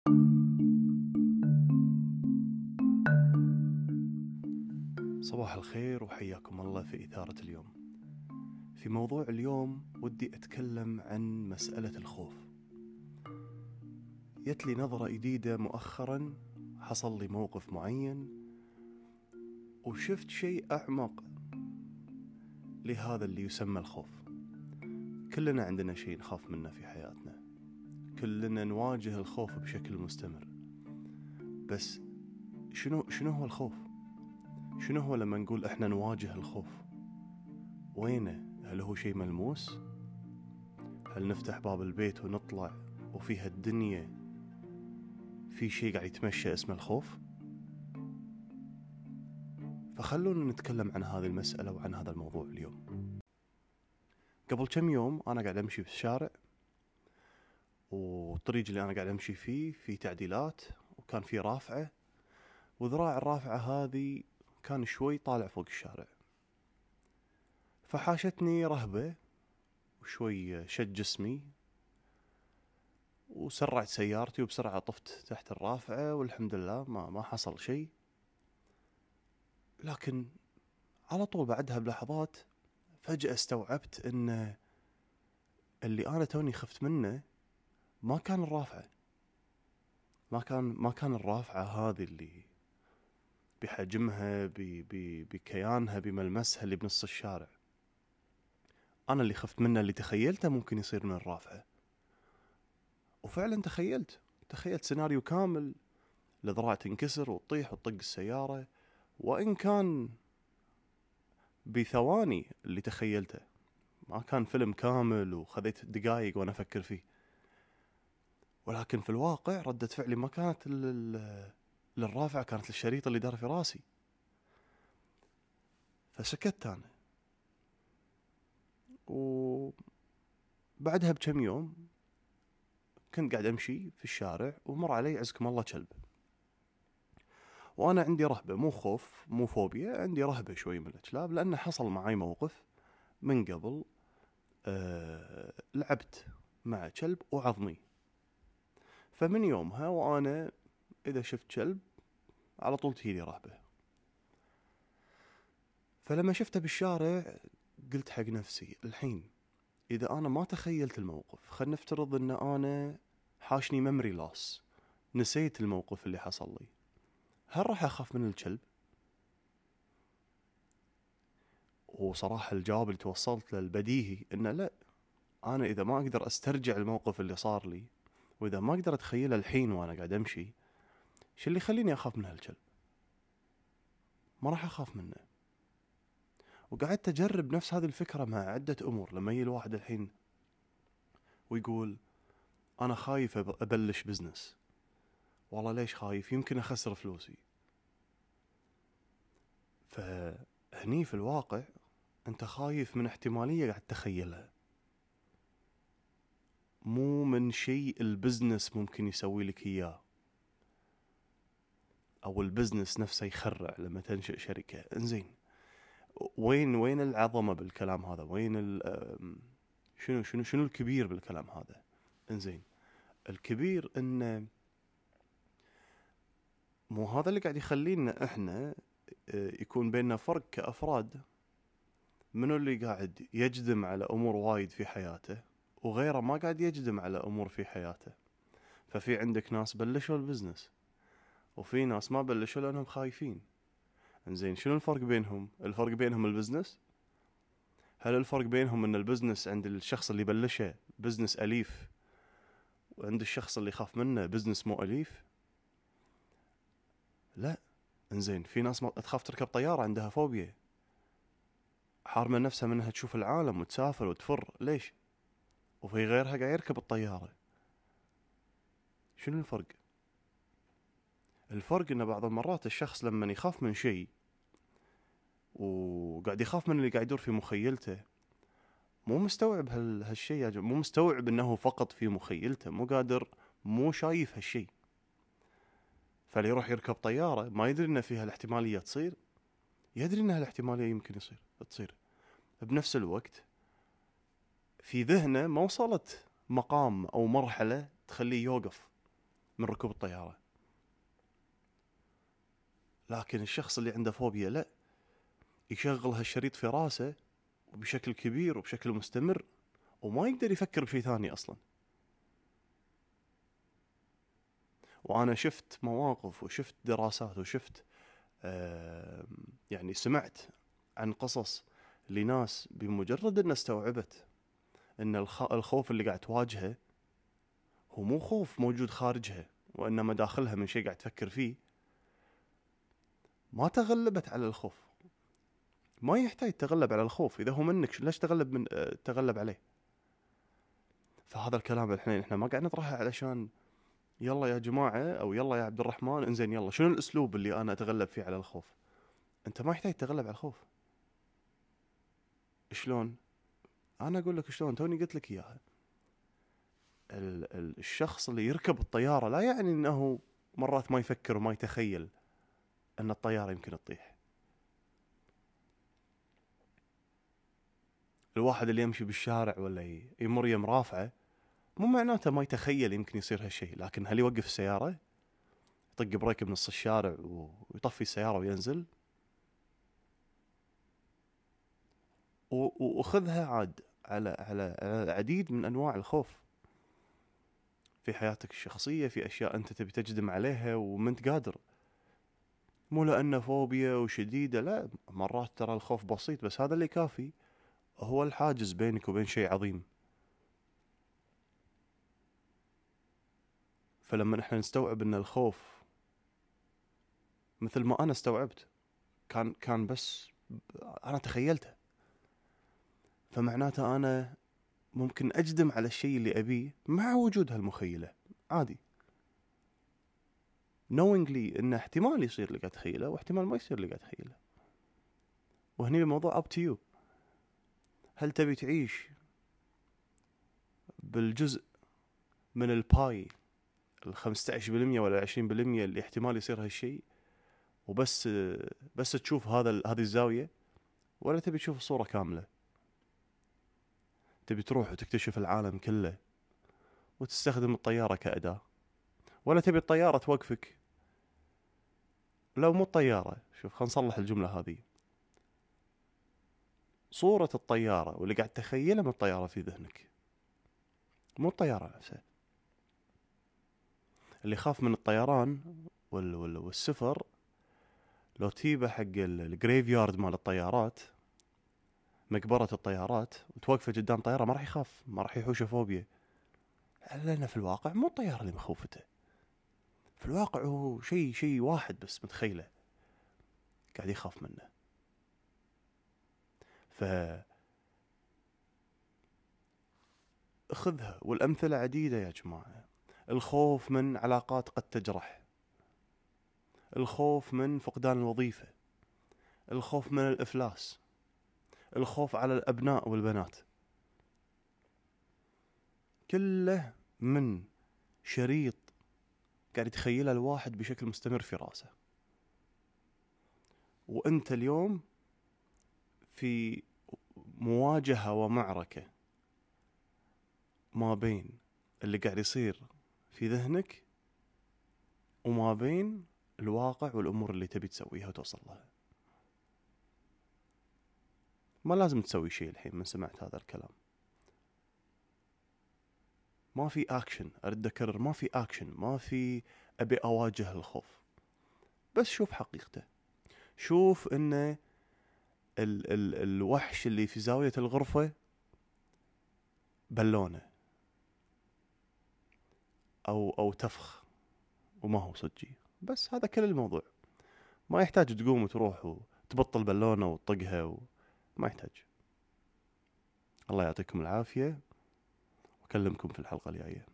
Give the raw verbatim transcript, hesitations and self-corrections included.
صباح الخير وحياكم الله في إثارة اليوم. في موضوع اليوم ودي أتكلم عن مسألة الخوف. جت لي نظرة جديدة مؤخرا، حصل لي موقف معين وشفت شيء أعمق لهذا اللي يسمى الخوف. كلنا عندنا شيء نخاف منه في حياتنا، كلنا نواجه الخوف بشكل مستمر. بس شنو شنو هو الخوف؟ شنو هو لما نقول احنا نواجه الخوف؟ وينه؟ هل هو شيء ملموس؟ هل نفتح باب البيت ونطلع وفيها الدنيا في شيء قاعد يتمشى اسمه الخوف؟ فخلونا نتكلم عن هذه المسألة وعن هذا الموضوع اليوم. قبل كم يوم أنا قاعد أمشي في الشارع، والطريق اللي أنا قاعد أمشي فيه في تعديلات، وكان في رافعة، وذراع الرافعة هذه كان شوي طالع فوق الشارع، فحاشتني رهبة وشوي شد جسمي، وسرعت سيارتي وبسرعة طفت تحت الرافعة، والحمد لله ما ما حصل شيء. لكن على طول بعدها بلحظات فجأة استوعبت ان اللي انا توني خفت منه ما كان الرافعة، ما كان ما كان الرافعة هذه اللي بحجمها بكيانها بملمسها اللي بنص الشارع. انا اللي خفت منه، اللي تخيلته ممكن يصير من الرافعة، وفعلا تخيلت تخيلت سيناريو كامل، الذراع تنكسر وتطيح وتطق السيارة، وإن كان بثواني اللي تخيلته، ما كان فيلم كامل وخذيت دقايق وأنا أفكر فيه، ولكن في الواقع ردة فعلي ما كانت للرافعة، كانت للشريط اللي دار في راسي. فسكت أنا، وبعدها بكم يوم كنت قاعد أمشي في الشارع ومر علي عزكم الله كلب، وأنا عندي رهبة، مو خوف مو فوبيا، عندي رهبة شوي من الكلاب، لأنه حصل معي موقف من قبل. أه لعبت مع كلب وعضني، فمن يومها وأنا إذا شفت كلب على طول تجيلي رهبة. فلما شفته بالشارع قلت حق نفسي الحين إذا أنا ما تخيلت الموقف، خلنا نفترض أن أنا حاشني ميموري لاس، نسيت الموقف اللي حصل لي، هل راح أخاف من الكلب؟ وصراحة الجواب اللي توصلت للبديهي إنه لا. أنا إذا ما أقدر أسترجع الموقف اللي صار لي، وإذا ما أقدر أتخيله الحين وأنا قاعد أمشي، شو اللي يخليني أخاف من هالكلب؟ ما راح أخاف منه. وقعدت أجرب نفس هذه الفكرة مع عدة أمور. لما يجي الواحد الحين ويقول أنا خايف أبلش بزنس، والله ليش خايف؟ يمكن أخسر فلوسي. فهني في الواقع أنت خايف من احتمالية قاعد تخيلها، مو من شيء البزنس ممكن يسوي لك إياه، أو البزنس نفسه يخرع لما تنشئ شركة. إنزين، وين وين العظمة بالكلام هذا؟ وين ال شنو شنو شنو الكبير بالكلام هذا؟ إنزين، الكبير إنه مو هذا اللي قاعد يخلينا إحنا يكون بيننا فرق كأفراد. منو اللي قاعد يجدم على أمور وايد في حياته وغيره ما قاعد يجدم على أمور في حياته. ففي عندك ناس بلشوا البزنس، وفي ناس ما بلشوا لأنهم خايفين. إنزين، شنو الفرق بينهم؟ الفرق بينهم البزنس؟ هل الفرق بينهم ان البزنس عند الشخص اللي بلشه بزنس أليف، وعند الشخص اللي خاف منه بزنس مو أليف؟ لا. إنزين، في ناس تخاف تركب طيارة، عندها فوبيا، حارمة نفسها منها تشوف العالم وتسافر وتفر. ليش؟ وفي غيرها قاعد يركب الطيارة. شنو الفرق؟ الفرق ان بعض المرات الشخص لما يخاف من شيء وقاعد يخاف من اللي قاعد يدور في مخيلته، مو مستوعب هالشيء، مو مستوعب انه فقط في مخيلته، مو قادر، مو شايف هالشيء. فاللي يروح يركب طيارة ما يدري ان فيها الاحتمالية تصير، يدري انها الاحتمالية يمكن يصير تصير. بنفس الوقت في ذهنه ما وصلت مقام او مرحلة تخليه يوقف، من ركوب الطيارة. لكن الشخص اللي عنده فوبيا لا، يشغل هالشريط في راسه وبشكل كبير وبشكل مستمر، وما يقدر يفكر بشيء ثاني أصلا. وأنا شفت مواقف وشفت دراسات وشفت آه يعني سمعت عن قصص لناس بمجرد أن استوعبت أن الخوف اللي قاعد تواجهه هو مو خوف موجود خارجها، وإنما داخلها من شيء قاعد تفكر فيه، ما تغلبت على الخوف. ما يحتاج تغلب على الخوف، إذا هو منك ليش تغلب من أه تغلب عليه؟ فهذا الكلام الحين احنا ما قاعد نطرحه علشان يلا يا جماعة أو يلا يا عبد الرحمن انزين يلا شنو الأسلوب اللي أنا أتغلب فيه على الخوف. أنت ما يحتاج تتغلب على الخوف. شلون؟ أنا أقول لك شلون، توني قلت لك إياها. الشخص اللي يركب الطيارة لا يعني أنه مرات ما يفكر وما يتخيل أن الطيارة يمكن تطيح. الواحد اللي يمشي بالشارع ولا يمر يم رافعة مو معناته ما يتخيل يمكن يصير هالشيء، لكن هل يوقف السيارة يطق بريك بنص الشارع ويطفي السيارة وينزل؟ وخذها عاد على على العديد من أنواع الخوف في حياتك الشخصية، في أشياء أنت تبي تجدم عليها ومنت قادر، مو لأنه فوبيا وشديدة، لا، مرات ترى الخوف بسيط بس هذا اللي كافي، هو الحاجز بينك وبين شيء عظيم. فلما نحن نستوعب أن الخوف مثل ما أنا استوعبت كان كان بس أنا تخيلته، فمعناته أنا ممكن أجدم على الشيء اللي أبيه مع وجود هالمخيلة عادي، knowingly إنه احتمال يصير اللي قاعد تخيله واحتمال ما يصير اللي قاعد تخيله. وهني الموضوع up to you. هل تبي تعيش بالجزء من الباي الخمسة عشر بالمية ولا العشرين بالمية اللي احتمال يصير هالشيء وبس بس تشوف هذا هذه الزاوية، ولا تبي تشوف الصورة كاملة؟ تبي تروح وتكتشف العالم كله وتستخدم الطيارة كأداة، ولا تبي الطيارة توقفك؟ لو مو الطيارة، شوف خلينا نصلح الجملة هذه، صورة الطيارة واللي قاعد تخيلها من الطيارة في ذهنك، مو الطيارة نفسها. اللي خاف من الطيران وال وال والسفر لو تيبه حق الجريف يارد مال الطيارات، مقبرة الطيارات، وتوقفه قدام طيارة ما راح يخاف، ما راح يحوشه فوبيا، لأنه في الواقع مو الطيارة اللي مخوفته، في الواقع هو شيء شيء واحد بس متخيله قاعد يخاف منه. ف أخذها، والأمثلة عديدة يا جماعة. الخوف من علاقات قد تجرح، الخوف من فقدان الوظيفة، الخوف من الإفلاس، الخوف على الأبناء والبنات، كله من شريط قاعد يتخيله الواحد بشكل مستمر في راسه. وأنت اليوم في مواجهة ومعركة ما بين اللي قاعد يصير في ذهنك وما بين الواقع والأمور اللي تبي تسويها وتوصل لها. ما لازم تسوي شيء الحين من سمعت هذا الكلام، ما في أكشن، أرد أكرر، ما في أكشن، ما في أبي أواجه الخوف، بس شوف حقيقته، شوف إنه ال ال الوحش اللي في زاوية الغرفة بالونة أو أو تفخ وما هو صجي، بس هذا كل الموضوع. ما يحتاج تقوم وتروح وتبطل بالونة وتطقها و... ما يحتاج. الله يعطيكم العافية، وأكلمكم في الحلقة الجاية.